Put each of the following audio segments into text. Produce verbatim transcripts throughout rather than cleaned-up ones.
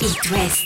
It West.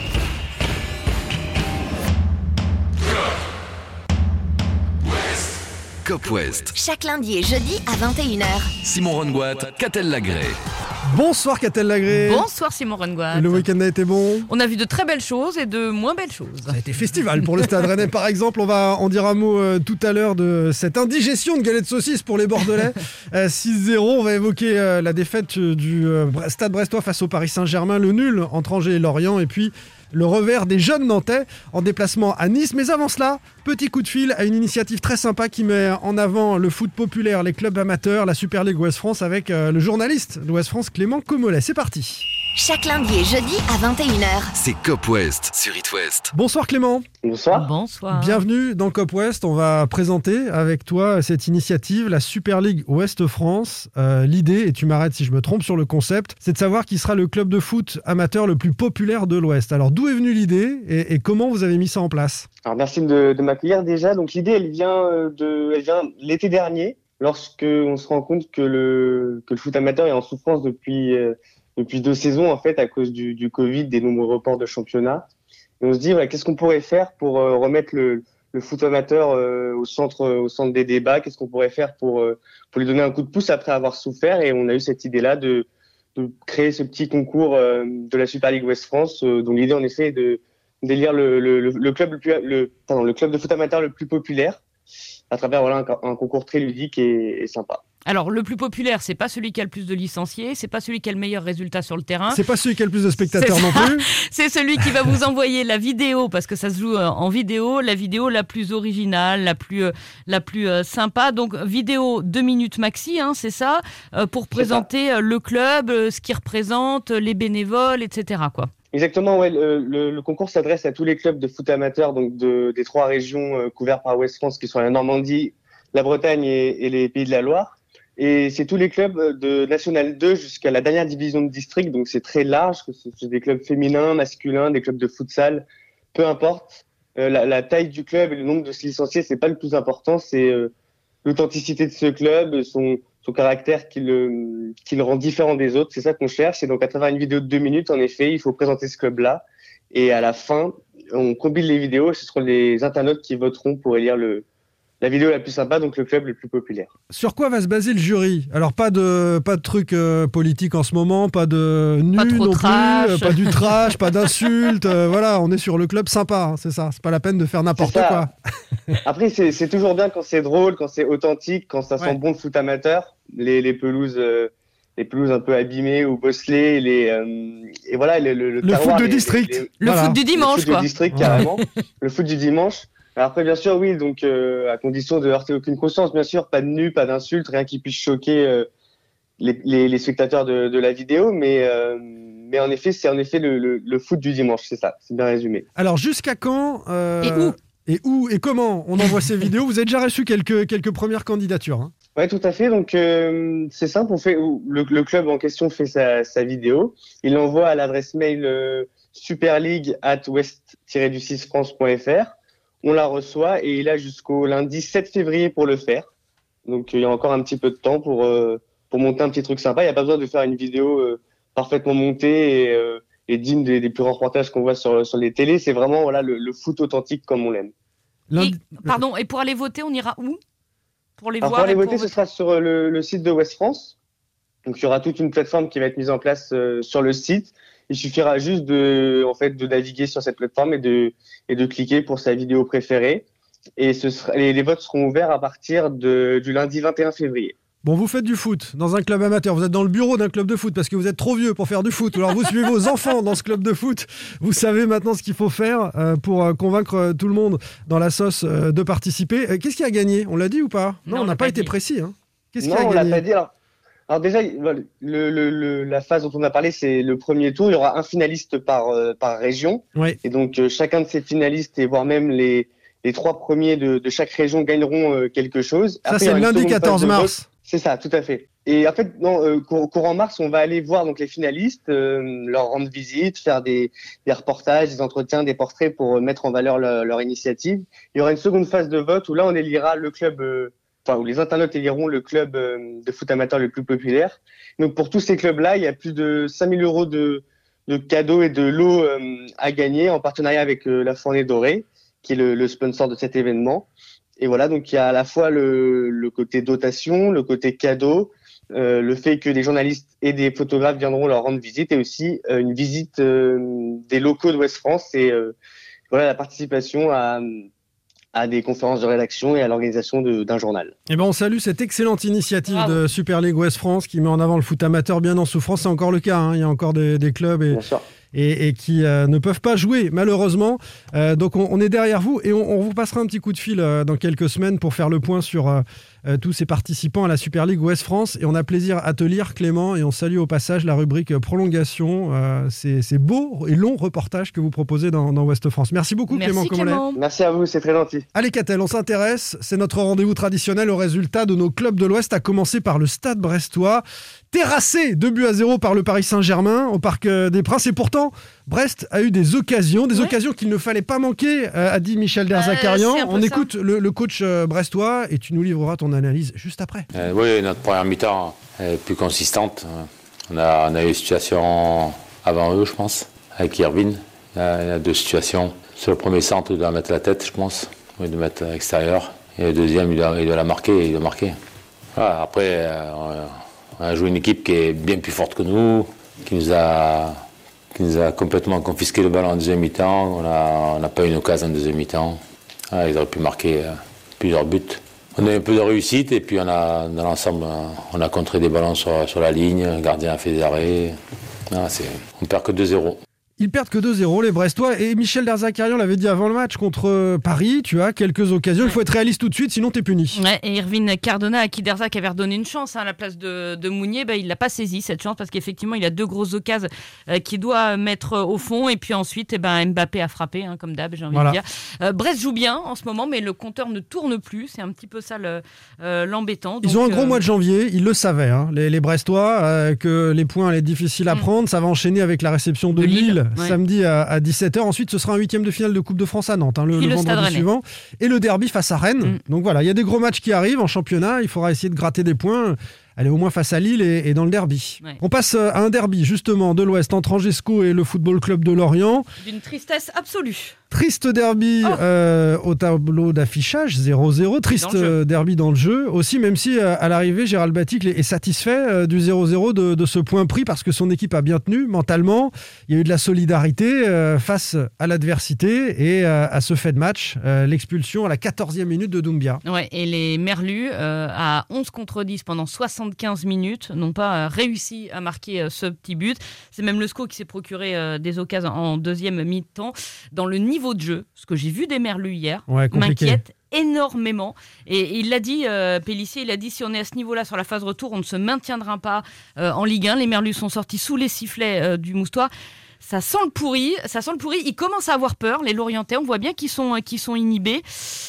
Cop West. Chaque lundi et jeudi à vingt et une heures. Simon Rongoat, Catel Lagré. Bonsoir Catel Lagré. Bonsoir Simon Rongoat. Le week-end a été bon? On a vu de très belles choses et de moins belles choses. Ça a été festival pour le Stade Rennais par exemple. On va en dire un mot euh, tout à l'heure de cette indigestion de galettes de saucisses pour les Bordelais. euh, six zéro, on va évoquer euh, la défaite du euh, Stade Brestois face au Paris Saint-Germain, le nul entre Angers et Lorient, et puis le revers des jeunes Nantais en déplacement à Nice. Mais avant cela, petit coup de fil à une initiative très sympa qui met en avant le foot populaire, les clubs amateurs, la Super League Ouest France avec euh, le journaliste de Ouest France Clément Comollet. C'est parti. Chaque lundi et jeudi à vingt et une heures. C'est Cop West sur It West. Bonsoir Clément. Bonsoir. Bonsoir. Bienvenue dans Cop West. On va présenter avec toi cette initiative, la Super League Ouest France. Euh, l'idée, et tu m'arrêtes si je me trompe sur le concept, c'est de savoir qui sera le club de foot amateur le plus populaire de l'Ouest. Alors d'où est venue l'idée et, et comment vous avez mis ça en place? Alors merci de, de m'accueillir déjà. Donc l'idée, elle vient de, elle vient l'été dernier, lorsque on se rend compte que le que le foot amateur est en souffrance depuis euh, depuis deux saisons en fait à cause du, du Covid, des nombreux reports de championnat. Et on se dit voilà, qu'est-ce qu'on pourrait faire pour euh, remettre le, le foot amateur euh, au centre euh, au centre des débats. Qu'est-ce qu'on pourrait faire pour euh, pour lui donner un coup de pouce après avoir souffert. Et on a eu cette idée-là de de créer ce petit concours euh, de la Super League Ouest France, euh, dont l'idée en effet est de d'élire le, le, le, le club le plus le pardon le club de foot amateur le plus populaire à travers voilà un, un concours très ludique et, et sympa. Alors, le plus populaire, c'est pas celui qui a le plus de licenciés, c'est pas celui qui a le meilleur résultat sur le terrain. C'est pas celui qui a le plus de spectateurs C'est non ça. plus. C'est celui qui va vous envoyer la vidéo, parce que ça se joue en vidéo, la vidéo la plus originale, la plus, euh, la plus euh, sympa. Donc, vidéo deux minutes maxi, hein, c'est ça, euh, pour présenter euh, le club, euh, ce qu'il représente, les bénévoles, et cetera, quoi. Exactement, ouais. Le, le, le concours s'adresse à tous les clubs de foot amateur, donc de, des trois régions euh, couvertes par Ouest France, qui sont la Normandie, la Bretagne et, et les Pays de la Loire. Et c'est tous les clubs de National deux jusqu'à la dernière division de district, donc c'est très large. C'est des clubs féminins, masculins, des clubs de futsal, peu importe. Euh, la, la taille du club et le nombre de ses licenciés, c'est pas le plus important, c'est euh, l'authenticité de ce club, son, son caractère qui le, qui le rend différent des autres. C'est ça qu'on cherche. Et donc à travers une vidéo de deux minutes, en effet, il faut présenter ce club-là. Et à la fin, on combine les vidéos et ce seront les internautes qui voteront pour élire le la vidéo la plus sympa, donc le club le plus populaire. Sur quoi va se baser le jury? Alors pas de pas de trucs euh, politiques en ce moment, pas de nus Pas trop non trash. plus, euh, pas du trash, pas d'insultes. euh, voilà, on est sur le club sympa, hein, c'est ça. C'est pas la peine de faire n'importe C'est ça. quoi. Après, c'est, c'est toujours bien quand c'est drôle, quand c'est authentique, quand ça sent Ouais. bon le foot amateur. Les, les pelouses, euh, les pelouses un peu abîmées ou bosselées, les euh, et voilà le le, Le terroir, foot de les- district. les- les- Le Voilà. foot du le dimanche, foot quoi. de district Ouais. carrément, le foot du dimanche. Après, bien sûr, oui, donc euh, à condition de heurter aucune conscience, bien sûr, pas de nus, pas d'insultes, rien qui puisse choquer euh, les, les, les spectateurs de, de la vidéo, mais euh, mais en effet, c'est en effet le, le, le foot du dimanche, c'est ça, c'est bien résumé. Alors jusqu'à quand euh, Et où et où et comment on envoie ces vidéos? Vous avez déjà reçu quelques quelques premières candidatures, hein. Ouais, tout à fait. Donc euh, c'est simple, on fait le, le club en question fait sa, sa vidéo, il l'envoie à l'adresse mail euh, superleague arobase west tiret du six france point f r. On la reçoit et il a jusqu'au lundi sept février pour le faire. Donc il y a encore un petit peu de temps pour euh, pour monter un petit truc sympa. Il n'y a pas besoin de faire une vidéo euh, parfaitement montée et, euh, et digne des, des plus grands reportages qu'on voit sur sur les télés. C'est vraiment voilà le, le foot authentique comme on l'aime. Lundi- Et, pardon, et pour aller voter, on ira où? Pour les Alors voir pour aller et pour voter, ce voter. sera sur le, le site de Ouest France. Donc il y aura toute une plateforme qui va être mise en place euh, sur le site. Il suffira juste de, en fait, de naviguer sur cette plateforme et de, et de cliquer pour sa vidéo préférée. Et ce sera, les, les votes seront ouverts à partir de, du lundi vingt et un février. Bon, vous faites du foot dans un club amateur, vous êtes dans le bureau d'un club de foot parce que vous êtes trop vieux pour faire du foot. Alors vous suivez vos enfants dans ce club de foot, vous savez maintenant ce qu'il faut faire euh, pour euh, convaincre euh, tout le monde dans la sauce euh, de participer. Euh, Qu'est-ce qui a gagné? On l'a dit ou pas? Non, Non, on on n'a l'a pas pas été dit. précis, hein. Qu'est-ce Non, qui a on l'a gagné? pas dit. Alors, alors déjà, le, le, le, la phase dont on a parlé, c'est le premier tour. Il y aura un finaliste par, euh, par région. Ouais. Et donc, euh, chacun de ces finalistes et voire même les, les trois premiers de, de chaque région gagneront euh, quelque chose. Ça, Après, il y c'est aura le une lundi seconde phase quatorze de vote. mars. C'est ça, tout à fait. Et en fait, non, euh, cour- courant mars, on va aller voir donc les finalistes, euh, leur rendre visite, faire des, des reportages, des entretiens, des portraits pour mettre en valeur leur, leur initiative. Il y aura une seconde phase de vote où là, on élira le club, euh, enfin, où les internautes éliront le club euh, de foot amateur le plus populaire. Donc, pour tous ces clubs-là, il y a plus de cinq mille euros de, de cadeaux et de lots euh, à gagner en partenariat avec euh, la Fournée Dorée, qui est le, le sponsor de cet événement. Et voilà, donc il y a à la fois le, le côté dotation, le côté cadeau, euh, le fait que des journalistes et des photographes viendront leur rendre visite, et aussi euh, une visite euh, des locaux de Ouest France et euh, voilà la participation à à des conférences de rédaction et à l'organisation de, d'un journal. Eh ben on salue cette excellente initiative Bravo. de Super League Ouest France qui met en avant le foot amateur bien en souffrance. C'est encore le cas, hein. Il y a encore des, des clubs et, Bien sûr. et, et qui euh, ne peuvent pas jouer, malheureusement. Euh, donc on, on est derrière vous et on, on vous passera un petit coup de fil euh, dans quelques semaines pour faire le point sur euh, euh, tous ces participants à la Super League Ouest France. Et on a plaisir à te lire, Clément, et on salue au passage la rubrique euh, prolongation. Euh, c'est, c'est beau et long reportage que vous proposez dans, dans Ouest France. Merci beaucoup, Merci Clément. Comment Clément. Merci à vous, c'est très gentil. Allez Catel, on s'intéresse, c'est notre rendez-vous traditionnel aux résultats de nos clubs de l'Ouest, à commencer par le Stade brestois, terrassé deux buts à zéro par le Paris Saint-Germain au Parc des Princes. Et pourtant, Brest a eu des occasions, des Ouais. occasions qu'il ne fallait pas manquer, euh, a dit Michel Derzakarian. Euh, c'est un peu on ça. écoute le, le coach euh, brestois et tu nous livreras ton analyse juste après. Euh, oui, notre première mi-temps est plus consistante. On a, on a eu une situation avant eux, je pense, avec Irvine. Il y a, il y a deux situations. Sur le premier centre, il doit mettre la tête, je pense. Il doit mettre à l'extérieur. Et le deuxième, il doit, il doit la marquer. Il doit marquer. Voilà, après, euh, on a joué une équipe qui est bien plus forte que nous, qui nous a, qui nous a complètement confisqué le ballon en deuxième mi-temps. On n'a on a pas eu une occasion en deuxième mi-temps. Voilà, ils auraient pu marquer euh, plusieurs buts. On a eu un peu de réussite et puis on a, dans l'ensemble, on a contré des ballons sur, sur la ligne. Le gardien a fait des arrêts. Voilà, c'est, on perd que deux zéro. Ils perdent que deux zéro, les Brestois. Et Michel Derzakarian l'avait dit avant le match contre Paris. Tu as quelques occasions. Il faut être réaliste tout de suite, sinon t'es puni. Ouais, et Irvine Cardona, à qui Derzac avait redonné une chance hein, à la place de, de Mounier, bah, il l'a pas saisi cette chance parce qu'effectivement il a deux grosses occasions euh, qu'il doit mettre euh, au fond, et puis ensuite eh ben, Mbappé a frappé hein, comme d'hab, j'ai envie Voilà. de dire. Euh, Brest joue bien en ce moment, mais le compteur ne tourne plus, c'est un petit peu ça le, euh, l'embêtant. Ils Donc, ont un gros euh, mois de janvier, ils le savaient, hein, les, les Brestois, euh, que les points allaient être difficiles à Mm. prendre. Ça va enchaîner avec la réception de, De Lille, Lille, ouais. samedi à, à dix-sept heures. Ensuite, ce sera un huitième de finale de Coupe de France à Nantes, hein, le, Puis le le Stade vendredi Rennais. suivant. Et le derby face à Rennes. Mm. Donc voilà, il y a des gros matchs qui arrivent en championnat. Il faudra essayer de gratter des points. Aller au moins face à Lille et, et dans le derby. Ouais. On passe à un derby justement de l'Ouest entre Angesco et le Football Club de Lorient. d'une tristesse absolue. Triste derby Oh. euh, au tableau d'affichage, zéro zéro. Triste Dans le jeu. euh, derby dans le jeu. Aussi, même si euh, à l'arrivée, Gérald Baticle est satisfait euh, du zéro zéro, de, de ce point pris, parce que son équipe a bien tenu mentalement. Il y a eu de la solidarité euh, face à l'adversité et euh, à ce fait de match. Euh, l'expulsion à la quatorzième minute de Doumbia. Ouais, et les Merlus, euh, à onze contre dix pendant soixante-quinze minutes, n'ont pas euh, réussi à marquer euh, ce petit but. C'est même le S C O qui s'est procuré euh, des occasions en deuxième mi-temps. Dans le niveau de jeu, ce que j'ai vu des Merlus hier, Ouais, compliqué. m'inquiète énormément. Et, et il l'a dit, euh, Pélissier, il a dit, si on est à ce niveau-là sur la phase retour, on ne se maintiendra pas euh, en Ligue un. Les Merlus sont sortis sous les sifflets euh, du Moustoir. Ça sent le pourri, ça sent le pourri. Ils commencent à avoir peur, les Lorientais. On voit bien qu'ils sont, qu'ils sont inhibés.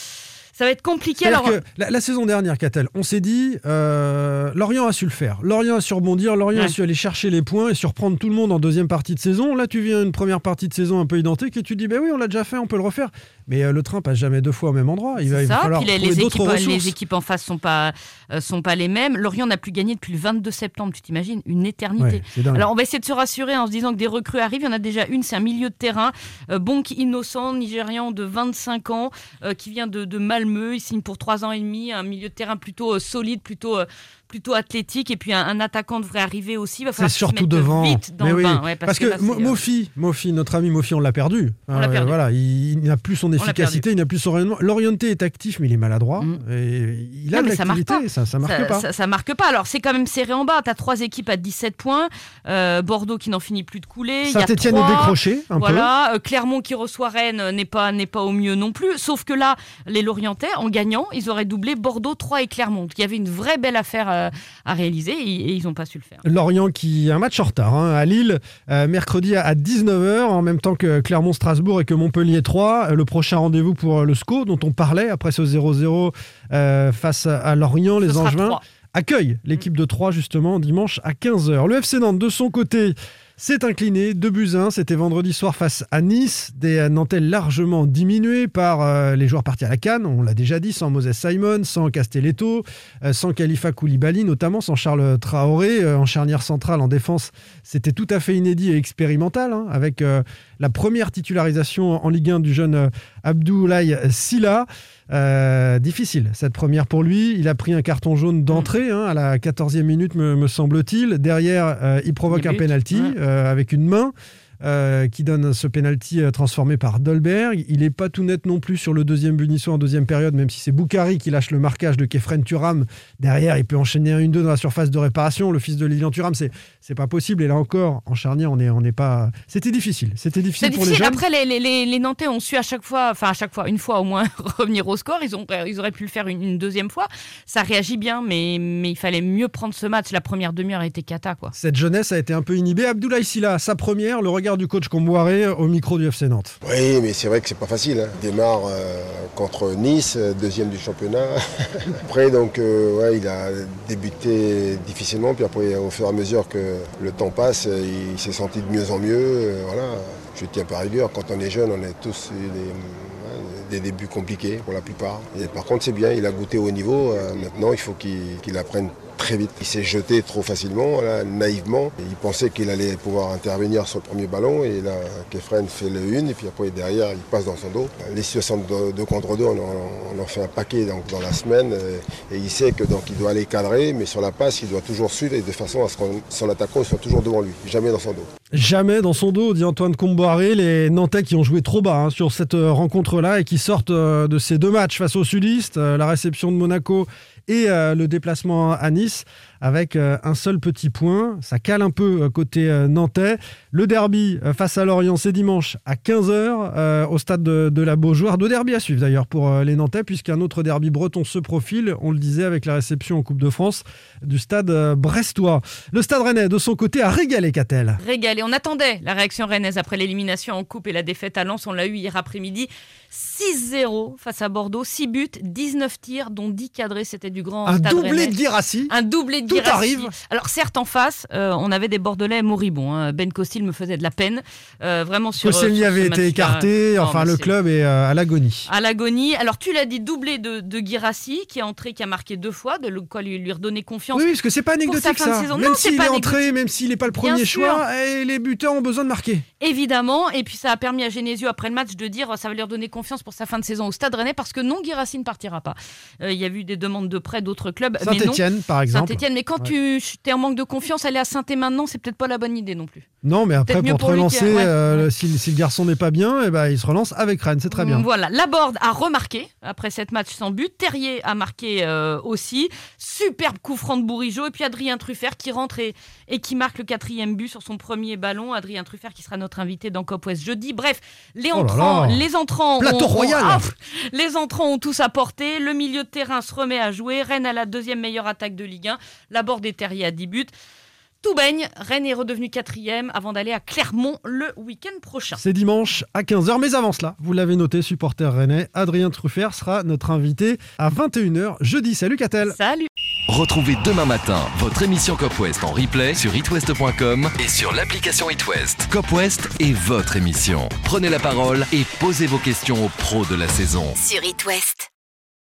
Ça va être compliqué. C'est-à-dire Alors, que la, la saison dernière, Catel, on s'est dit, euh, Lorient a su le faire. Lorient a su rebondir, Lorient Ouais. a su aller chercher les points et surprendre tout le monde en deuxième partie de saison. Là, tu viens une première partie de saison un peu identique et tu dis, ben oui, on l'a déjà fait, on peut le refaire. Mais euh, le train passe jamais deux fois au même endroit. Il va, c'est il va ça. falloir Puis les, trouver les d'autres équipes, ressources. les équipes en face sont pas, euh, sont pas les mêmes. Lorient n'a plus gagné depuis le vingt-deux septembre. Tu t'imagines, une éternité. Ouais, c'est dingue. Alors on va essayer de se rassurer en se disant que des recrues arrivent. Il y en a déjà une, c'est un milieu de terrain, euh, Bonk Innocent, Nigérian de vingt-cinq ans, euh, qui vient de, de Malmö. Il signe pour trois ans et demi, un milieu de terrain plutôt euh, solide, plutôt, euh, plutôt athlétique. Et puis un, un attaquant devrait arriver aussi. Il va C'est falloir qu'il se surtout mette devant. vite dans Mais le oui, bain. Ouais, parce, que, là, Mo- c'est, euh, Mofi, Mofi, notre ami Mofi, on l'a perdu. On l'a Euh, perdu. Voilà, il, il n'a plus son l'a efficacité, perdu. il n'a plus son rayonnement. L'orienté est actif, mais il est maladroit. Mm. Et il a Non, de mais ça marque l'activité, ça, ça marque ça, pas. Ça, ça marque pas. Alors, c'est quand même serré en bas. Tu as trois équipes à dix-sept points. Euh, Bordeaux qui n'en finit plus de couler. Il y a Saint-Etienne est trois. décroché un peu. Voilà, euh, Clermont qui reçoit Rennes euh, n'est pas, n'est pas au mieux non plus. Sauf que là, les Lorientais, en gagnant, ils auraient doublé Bordeaux, Troyes et Clermont. Donc, il y avait une vraie belle affaire euh, à réaliser et, et ils n'ont pas su le faire. Lorient qui a un match en retard hein, à Lille, euh, mercredi à dix-neuf heures, en même temps que Clermont-Strasbourg et que Montpellier-Troyes. Le prochain rendez-vous pour le S C O, dont on parlait après ce zéro zéro euh, face à Lorient. Ce Les sera Angevins trois. accueillent l'équipe de Troyes justement dimanche à quinze heures. Le F C Nantes, de son côté, s'est incliné deux buts à un. C'était vendredi soir face à Nice. Des Nantais largement diminués par euh, les joueurs partis à la CAN. On l'a déjà dit, sans Moses Simon, sans Castelletto, euh, sans Khalifa Koulibaly, notamment sans Charles Traoré. Euh, en charnière centrale, en défense, c'était tout à fait inédit et expérimental, hein, avec euh, la première titularisation en Ligue un du jeune euh, Abdoulaye Sylla. Euh, difficile cette première pour lui. Il a pris un carton jaune d'entrée hein, à la quatorzième minute me, me semble-t-il. Derrière euh, il provoque un penalty ouais. euh, avec une main euh, qui donne ce penalty euh, transformé par Dolberg. Il n'est pas tout net non plus sur le deuxième but niçois en deuxième période, même si c'est Boukari qui lâche le marquage de Kefren Thuram. Derrière il peut enchaîner un une deux dans la surface de réparation. Le fils de Lilian Thuram, c'est, c'est pas possible. Et là encore en charnière on est, on est pas... C'était difficile. C'était difficile, c'est pour difficile. les jeunes. Après les, les, les Nantais ont su à chaque fois, enfin à chaque fois, une fois au moins revenir au score. Ils, ont, ils auraient pu le faire une, une deuxième fois. Ça réagit bien, mais, mais il fallait mieux prendre ce match. La première demi-heure a été cata, quoi. Cette jeunesse a été un peu inhibée. Abdoulaye Sylla, sa première, le regard du coach Comboiré au micro du F C Nantes. Oui, mais c'est vrai que c'est pas facile. Hein. Il démarre euh, contre Nice, deuxième du championnat. Après, donc, euh, ouais, il a débuté difficilement. Puis après, au fur et à mesure que le temps passe, il s'est senti de mieux en mieux. Euh, voilà. Je tiens par rigueur. Quand on est jeune, on a tous des, des débuts compliqués pour la plupart. Et par contre, c'est bien. Il a goûté au niveau. Euh, maintenant, il faut qu'il, qu'il apprenne très vite. Il s'est jeté trop facilement, là, naïvement. Il pensait qu'il allait pouvoir intervenir sur le premier ballon et là, Kefren fait le une et puis après derrière, il passe dans son dos. Les situations de deux contre deux, on en, on en fait un paquet donc, dans la semaine et, et il sait que donc il doit aller cadrer, mais sur la passe, il doit toujours suivre et de façon à ce que son attaquant soit toujours devant lui, jamais dans son dos. Jamais dans son dos, dit Antoine Comboiré. Les Nantais qui ont joué trop bas hein, sur cette rencontre-là et qui sortent euh, de ces deux matchs face aux sudistes, euh, la réception de Monaco et euh, le déplacement à Nice avec euh, un seul petit point. Ça cale un peu euh, côté euh, nantais. Le derby euh, face à Lorient, c'est dimanche à quinze heures euh, au stade de, de la Beaujoire. Deux derbys à suivre d'ailleurs pour euh, les Nantais puisqu'un autre derby breton se profile, on le disait avec la réception en Coupe de France du stade euh, brestois. Le stade rennais de son côté a régalé Catel. Régalé. On attendait la réaction rennaise après l'élimination en Coupe et la défaite à Lens. On l'a eu hier après-midi. six zéro face à Bordeaux. six buts, dix-neuf tirs dont dix cadrés. C'était du grand un stade doublé rennais. De Guirassy. Un doublé de Tout Guirassy. arrive. Alors certes en face, euh, on avait des Bordelais moribonds. Hein. Ben Costil me faisait de la peine. Euh, vraiment sur. Koscielny avait été match-là. écarté. Non, enfin le c'est... club est euh, à l'agonie. À l'agonie. Alors tu l'as dit, doublé de, de Guirassy qui est entré, qui a marqué deux fois, de quoi lui, lui redonner confiance. Oui, parce que c'est pas anecdotique ça. Même non, s'il est entré, même s'il n'est pas le premier choix, et les buteurs ont besoin de marquer. Évidemment. Et puis ça a permis à Genesio après le match de dire ça va lui redonner confiance pour sa fin de saison au Stade Rennais parce que non, Guirassy ne partira pas. Il euh, y a eu des demandes de prêt d'autres clubs. Saint-Étienne par exemple. Saint-Étienne, mais quand ouais. tu es en manque de confiance, aller à Saint-Étienne maintenant, c'est peut-être pas la bonne idée non plus. Non, mais après pour te pour relancer, ouais. euh, si, si le garçon n'est pas bien, eh ben, il se relance avec Rennes, c'est très bien. Voilà, Laborde a remarqué après cette match sans but. Terrier a marqué euh, aussi. Superbe coup franc de Bourigeaud et puis Adrien Truffert qui rentre et, et qui marque le quatrième but sur son premier ballon. Adrien Truffert qui sera notre invité dans Cop West jeudi. Bref, les entrants, oh là là. les entrants, plateau ont, royal. Ont, ah, les entrants ont tous apporté. Le milieu de terrain se remet à jouer. Rennes a la deuxième meilleure attaque de Ligue un. Laborde et Terrier à dix buts. Tout baigne, Rennes est redevenu quatrième avant d'aller à Clermont le week-end prochain. C'est dimanche à quinze heures, mais avant cela, vous l'avez noté, supporter rennais, Adrien Truffert sera notre invité à vingt et une heures jeudi. Salut Catel. Salut. Retrouvez demain matin votre émission Cop West en replay sur it west point com et sur l'application It West. Cop West est votre émission. Prenez la parole et posez vos questions aux pros de la saison. Sur It West.